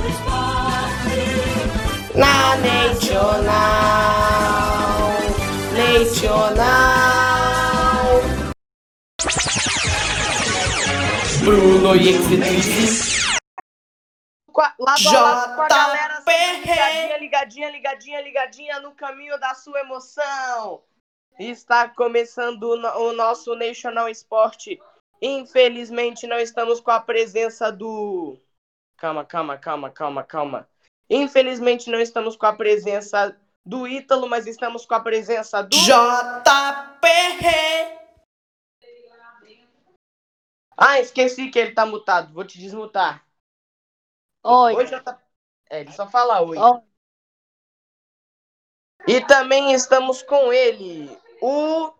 Na Nacional. Bruno e Excelência. Lado a lado com a galera, ligadinha no caminho da sua emoção. Está começando o nosso National Sport. Infelizmente não estamos com a presença do... Calma. Infelizmente não estamos com a presença do Ítalo, mas estamos com a presença do... JP. Ah, esqueci que ele tá mutado. Vou te desmutar. Oi. Oi, JP. Ele só fala oi. Oi. E também estamos com ele, o...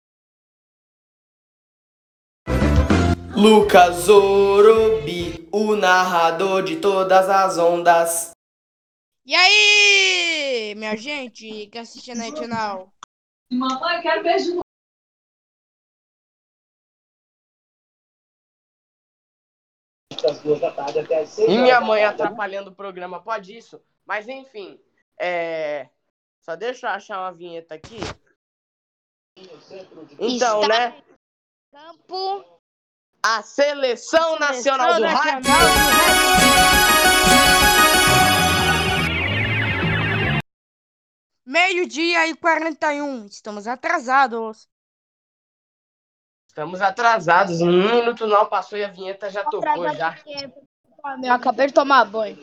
Lucas Orobi, o narrador de todas as ondas. E aí, minha gente que assiste a Nacional? Mamãe, quero beijo. Das 2 da tarde até as 6 horas. E minha mãe atrapalhando o programa, pode isso? Mas enfim, só deixa eu achar uma vinheta aqui. Então, né? Campo. A Seleção Nacional do Rádio. Meio-dia e 41. Estamos atrasados. Estamos atrasados. 1 minuto não passou e a vinheta já tocou já. Eu acabei de tomar banho.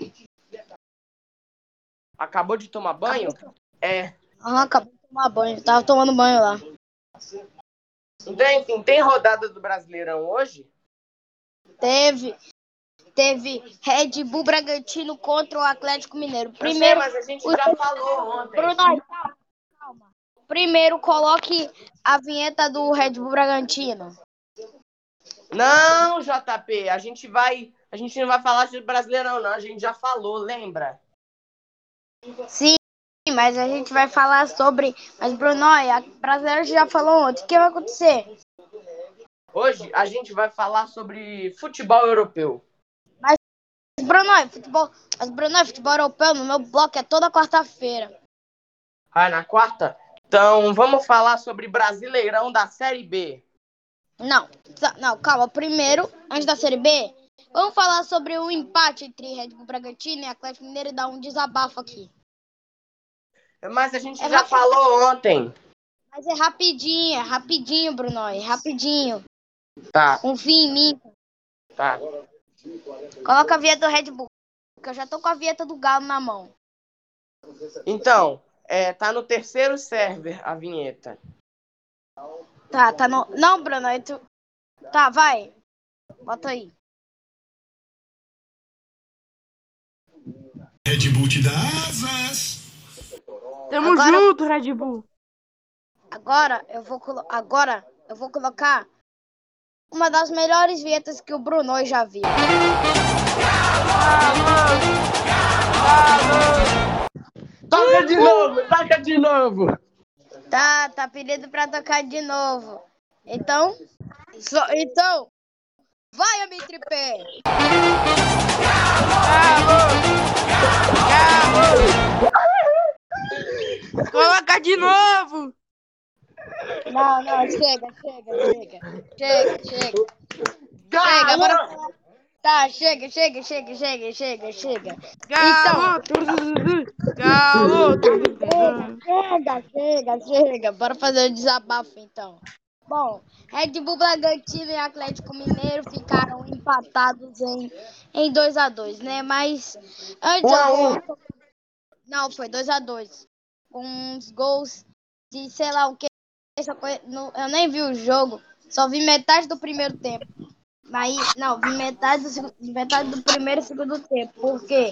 Acabou de tomar banho? Acabei de tomar banho. Tava tomando banho lá. Então, enfim, tem rodada do Brasileirão hoje? Teve Red Bull Bragantino contra o Atlético Mineiro. Primeiro, mas a gente já falou ontem. Bruno, calma. Primeiro, coloque a vinheta do Red Bull Bragantino. Não, JP, a gente não vai falar de Brasileirão, não. A gente já falou, lembra? Sim, mas a gente vai falar sobre... Mas, Bruno, a Brasileira já falou ontem. O que vai acontecer? Hoje a gente vai falar sobre futebol europeu. Mas, Bruno, futebol europeu no meu bloco é toda quarta-feira. Ah, na quarta? Então, vamos falar sobre Brasileirão da Série B. Não, calma. Primeiro, antes da Série B, vamos falar sobre o empate entre Red Bull Bragantino e Atlético Mineiro e dar um desabafo aqui. Mas a gente já falou ontem. Mas é rapidinho, Bruno, rapidinho. Tá. Confia em mim. Tá. Coloca a vinheta do Red Bull, porque eu já tô com a vinheta do Galo na mão. Então, tá no terceiro server a vinheta. Tá no... Não, Bruno, Tá, vai. Bota aí. Red Bull te dá asas. Tamo junto, Red Bull. Agora eu vou colocar uma das melhores vinhetas que o Bruno já viu. Toca de novo. Tá pedindo pra tocar de novo. Então, vai, amigo tripé. Coloca de novo. Não, chega. Chega, bora. Tá, chega. Então, chega. Bora fazer o desabafo, então. Bom, Red Bull Bragantino e Atlético Mineiro ficaram empatados em 2-2, né? Mas antes não, foi 2-2. Com uns gols de sei lá o que. Eu nem vi o jogo, só vi metade do primeiro tempo. Mas não, vi metade do primeiro e segundo tempo. Porque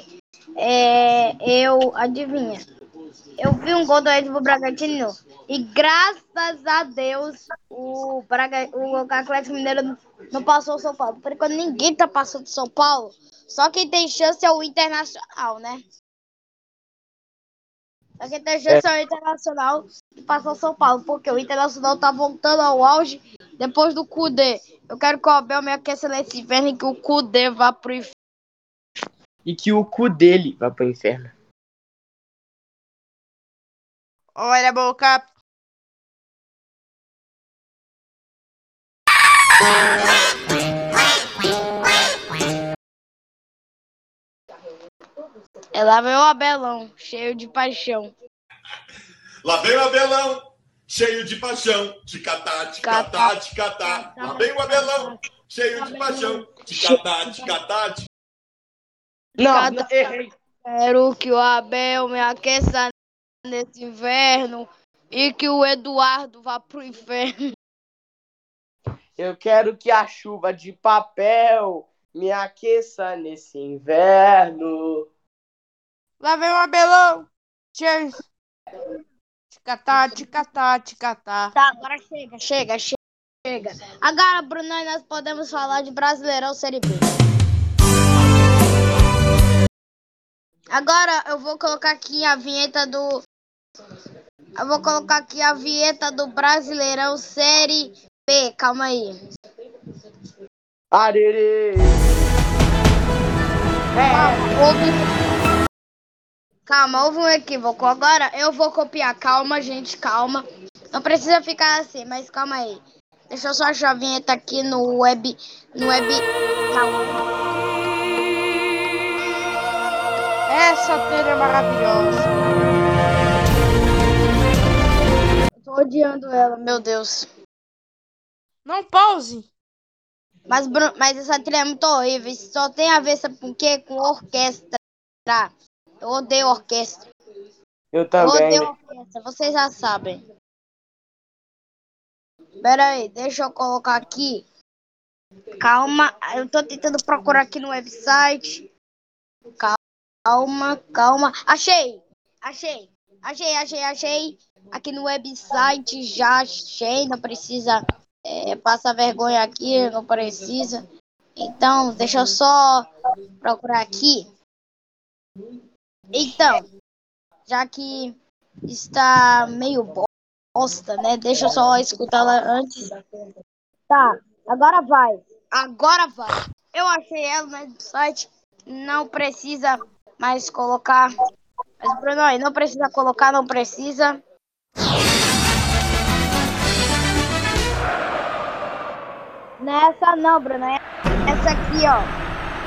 adivinha, eu vi um gol do Red Bull Bragantino e graças a Deus o Atlético Mineiro não passou o São Paulo. Por enquanto ninguém tá passando o São Paulo. Só quem tem chance é o Internacional, né? Só quem tem chance é o Internacional de passar o São Paulo. Porque o Internacional tá voltando ao auge depois do Kudê. Eu quero que o Abel me aqueça nesse inverno e que o Kudê vá pro inferno. e que o cu dele vá pro inferno. Olha a boca. Ela veio o Abelão, cheio de paixão. Lá vem o Abelão, cheio de paixão. Ticatá, ticatá, ticatá. Lá vem o Abelão, cheio de paixão. Ticatá, ticatá, ticatá. Não, não, errei. Quero que o Abel me aqueça nesse inverno e que o Eduardo vá pro inferno. Eu quero que a chuva de papel me aqueça nesse inverno. Lá vem o Abelão. Cheio. Ticatá, ticatá, ticatá. Tá, agora chega. Agora, Bruno, nós podemos falar de Brasileirão Série B. Agora eu vou colocar aqui a vinheta do... Eu vou colocar aqui a vinheta do Brasileirão Série B. Calma aí. Arerê! Calma, houve um equívoco. Agora eu vou copiar. Calma, gente, calma. Não precisa ficar assim, mas calma aí. Deixa eu só achar a vinheta aqui no web. Calma. Essa trilha é maravilhosa. Eu tô odiando ela, meu Deus. Não pause. Mas essa trilha é muito horrível. Isso só tem a ver, sabe com o quê? Com orquestra. Eu odeio orquestra. Eu também. Orquestra, vocês já sabem. Pera aí, deixa eu colocar aqui. Calma, eu tô tentando procurar aqui no website. Calma. Achei. Aqui no website já achei. Não precisa passar vergonha aqui, não precisa. Então, deixa eu só procurar aqui. Então, já que está meio bosta, né? Deixa eu só escutar lá antes. Tá, agora vai. Eu achei ela no site. Não precisa mais colocar. Mas, Bruno, aí não precisa colocar, não precisa. Nessa não, Bruno. É essa aqui, ó.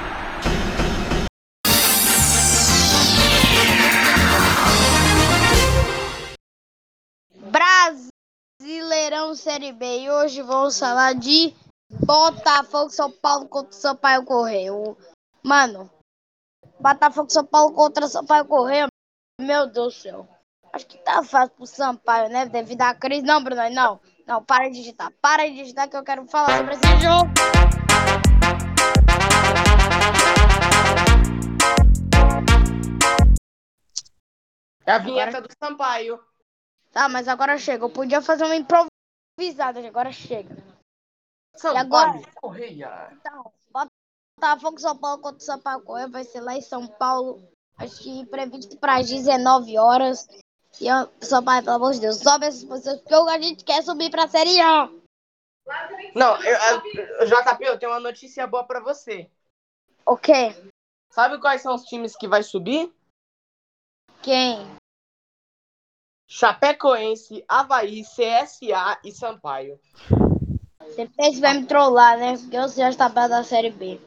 Brasileirão Série B. E hoje vamos falar de Botafogo São Paulo contra o Sampaio Corrêa. Mano, Botafogo São Paulo contra o Sampaio Corrêa. Meu Deus do céu. Acho que tá fácil pro Sampaio, né? Devido à crise. Não, Bruno, não. Não, para de digitar que eu quero falar sobre esse jogo. É a vinheta do Sampaio. Tá, mas agora chega. Eu podia fazer uma improvisada, agora chega. Sampaio Corrêa. Então, Botafogo São Paulo contra o Sampaio Corrêa vai ser lá em São Paulo. Acho que previsto para as 19 horas. E Sampaio, pelo amor de Deus, sobe essas posições, porque a gente quer subir pra Série A. Não, JP, eu tenho uma notícia boa pra você. O quê? Sabe quais são os times que vai subir? Quem? Chapecoense, Avaí, CSA e Sampaio. Você pensa que vai me trollar, né? Porque eu sei as tabelas da Série B.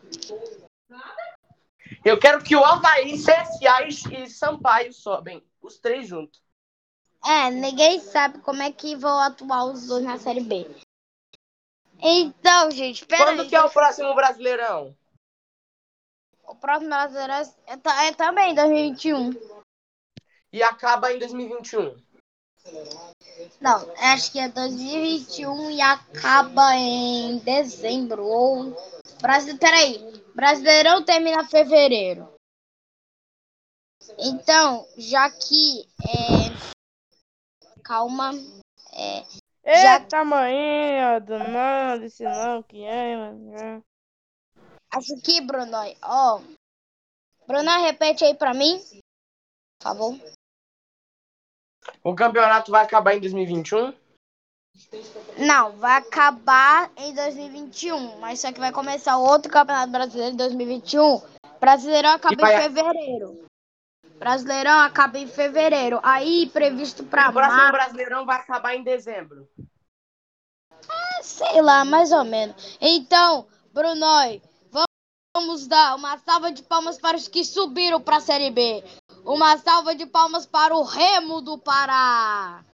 Eu quero que o Avaí, CSA e Sampaio sobem. Os três juntos. Ninguém sabe como é que vão atuar os dois na Série B. Então, gente, Quando que é o próximo Brasileirão? O próximo Brasileirão é também em 2021. E acaba em 2021. Não, acho que é 2021 e acaba em dezembro. Ou. Peraí. Brasileirão termina em fevereiro. Então, já que. Calma. Eita, manhã, do nada, esse não, que é, mano. Acho que, Bruno, ó. Bruno, repete aí pra mim. Por favor. O campeonato vai acabar em 2021? Não, vai acabar em 2021. Mas só que vai começar outro Campeonato Brasileiro em 2021 Brasileirão acaba E vai- em fevereiro. Brasileirão acaba em fevereiro. Aí, previsto pra O próximo março, Brasileirão vai acabar em dezembro. sei lá, mais ou menos. Então, Brunói, vamos dar uma salva de palmas para os que subiram para a Série B. Uma salva de palmas para o Remo do Pará.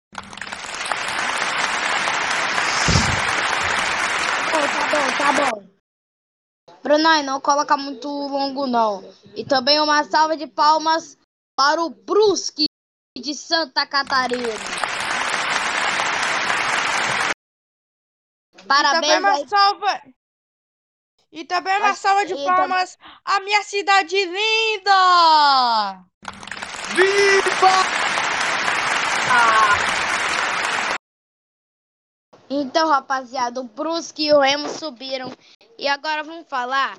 Tá bom. Brunói, não coloca muito longo, não. E também uma salva de palmas para o Brusque de Santa Catarina. Parabéns aí. E também uma salva de palmas à minha cidade linda! Então, rapaziada, o Brusque e o Remo subiram. E agora vamos falar.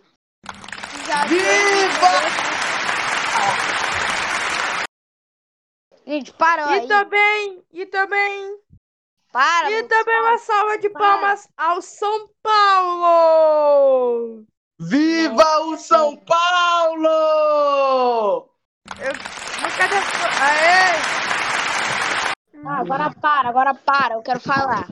Gente, para aí. E também Para. uma salva de palmas ao São Paulo! Viva o São Paulo! Aê! Agora para, eu quero falar.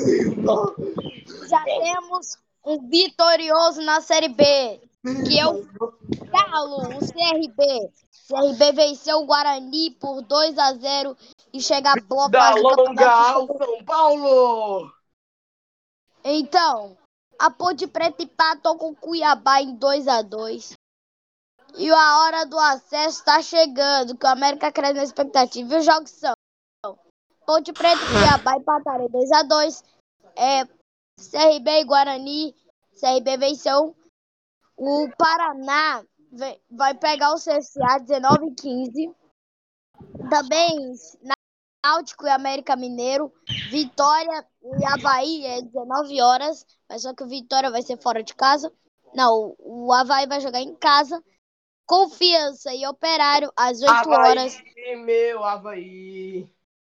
Já temos um vitorioso na Série B, que é o Galo, o CRB. CRB venceu o Guarani por 2-0 e chega a boa Da fase do longa campeonato. ao São Paulo! Então, a Ponte Preta empatou com o Cuiabá em 2-2. E a hora do acesso está chegando, que o América cresce na expectativa. E os jogos são Ponte Preta e Cuiabá empataram em 2-2. CRB e Guarani. CRB venceu. O Paraná vai pegar o CSA 19-15. Também Náutico e América Mineiro. Vitória e Avaí é 19 horas. Mas só que o Vitória vai ser fora de casa. Não, o Avaí vai jogar em casa. Confiança e Operário às 8 horas. Meu Avaí.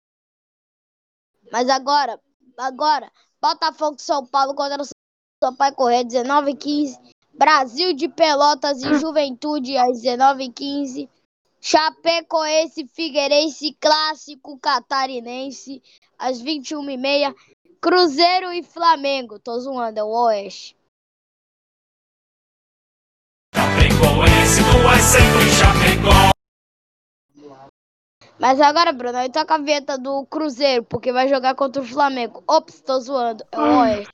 Mas agora, Botafogo São Paulo contra o Sampaio Corrêa 19-15. Brasil de Pelotas e Juventude às 19h15. Chapecoense e Figueirense Clássico Catarinense às 21h30. Cruzeiro e Flamengo. Tô zoando, é o Oeste. Chapecoense não é sempre Chapecó. Mas agora, Bruno, aí toca a vinheta do Cruzeiro, porque vai jogar contra o Flamengo. Ops, tô zoando, é o Oeste.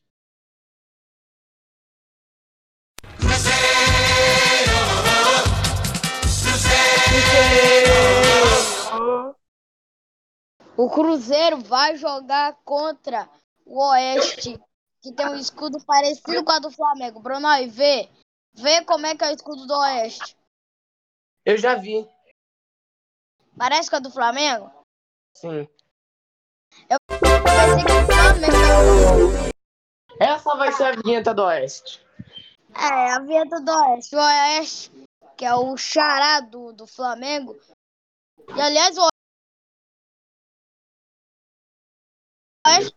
O Cruzeiro vai jogar contra o Oeste, que tem um escudo parecido com a do Flamengo. Bruno, aí vê como é que é o escudo do Oeste. Eu já vi. Parece com a do Flamengo? Sim. Eu pensei que o Flamengo. Essa vai ser a vinheta do Oeste. É, a vinheta do Oeste. O Oeste, que é o xará do Flamengo. E, aliás, o Oeste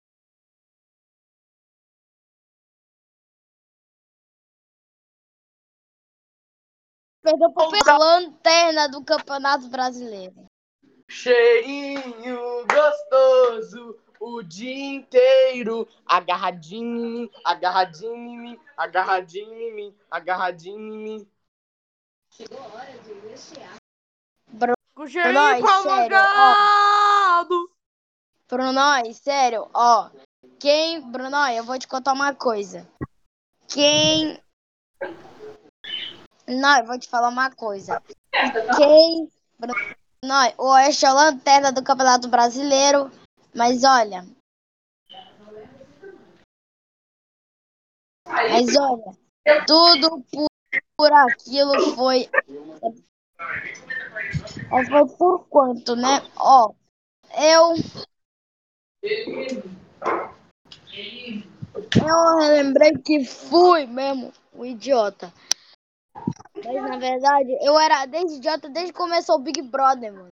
perdeu a lanterna do Campeonato Brasileiro. Cheirinho gostoso o dia inteiro. Agarradinho em mim, agarradinho em mim, agarradinho em mim, agarradinho em mim. Com cheirinho prolongado. Brunói, sério, ó. Brunói, eu vou te contar uma coisa. Não, eu vou te falar uma coisa. Brunói, o Oeste é a lanterna do Campeonato Brasileiro, mas olha, tudo por aquilo foi por quanto, né? Ó, eu lembrei que fui mesmo um idiota. Mas na verdade, eu era idiota desde que começou o Big Brother, mano.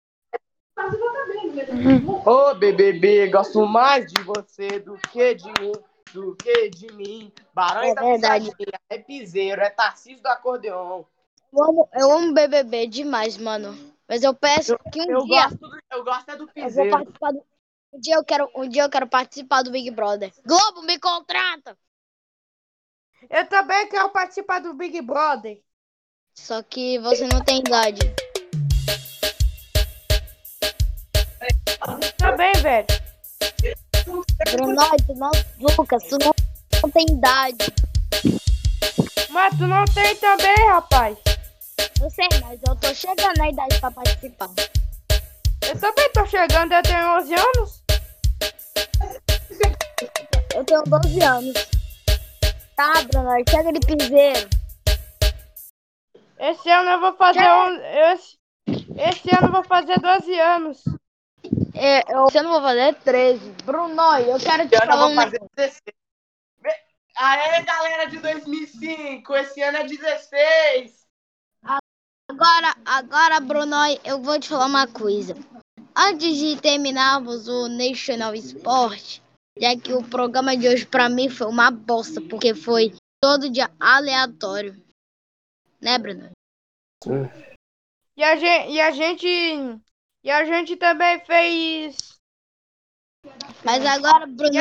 Ô, BBB, gosto mais de você do que de mim, Barões É da verdade. Pisadinha, é piseiro, é Tarcísio do acordeon. Eu amo BBB demais, mano. Mas eu peço que Eu gosto é do eu vou piseiro. participar do. Um dia eu quero participar do Big Brother. Globo, me contrata! Eu também quero participar do Big Brother. Só que você não tem idade. Também, velho. Bruno, Lucas, tu não tem idade. Mas tu não tem também, rapaz. Eu sei, mas eu tô chegando na idade pra participar. Eu também tô chegando, eu tenho 11 anos. Eu tenho 12 anos. Tá, Bruno, chega de piseiro. Esse ano eu vou fazer esse ano eu vou fazer 12 anos. Esse ano eu vou fazer 13. Bruno, eu quero te Esse ano eu falar vou fazer 16. Aê, galera de 2005, esse ano é 16. Agora, Bruno, eu vou te falar uma coisa. Antes de terminarmos o National Sport, já que o programa de hoje pra mim foi uma bosta, porque foi todo dia aleatório. Né, Bruno? E a gente também fez. Mas agora, Bruno,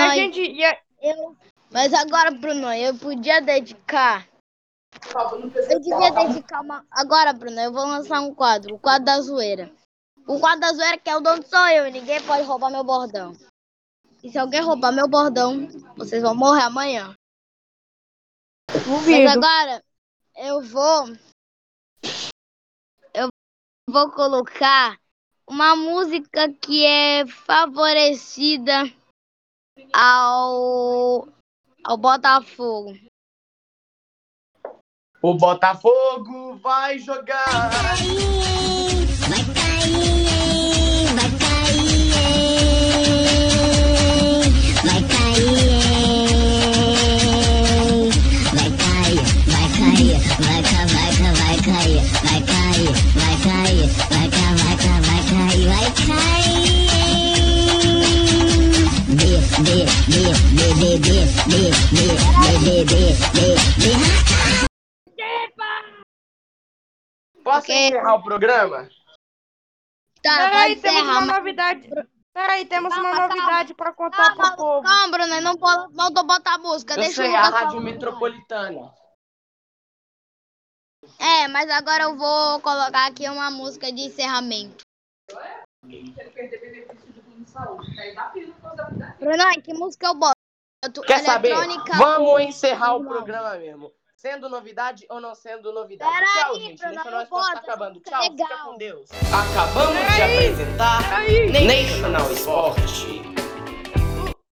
eu podia dedicar. Eu devia dedicar uma. Agora, Bruno, eu vou lançar um quadro, o quadro da zoeira. O quadro da zoeira que é o dono sou eu, e ninguém pode roubar meu bordão. E se alguém roubar meu bordão, vocês vão morrer amanhã. Mas Duvido. agora eu vou colocar uma música que é favorecida ao Botafogo. O Botafogo vai jogar. Posso encerrar o programa? Tá, Peraí, pode temos encerrar, uma mas... novidade. Peraí, temos uma Calma, novidade pra contar pro povo. Calma, Bruno, eu não vou botar música. Eu Deixa sei, o a Lucas Rádio falar. Metropolitana. Mas agora eu vou colocar aqui uma música de encerramento. Bruno, que música eu boto? Quer saber? Eletrônica Vamos ou encerrar o normal? programa mesmo. Sendo novidade ou não sendo novidade. Peraí, Tchau, gente. Bruno, National eu Sport tá boto, acabando. essa Tchau, música é fica legal. com Deus. Acabamos de apresentar National Sport.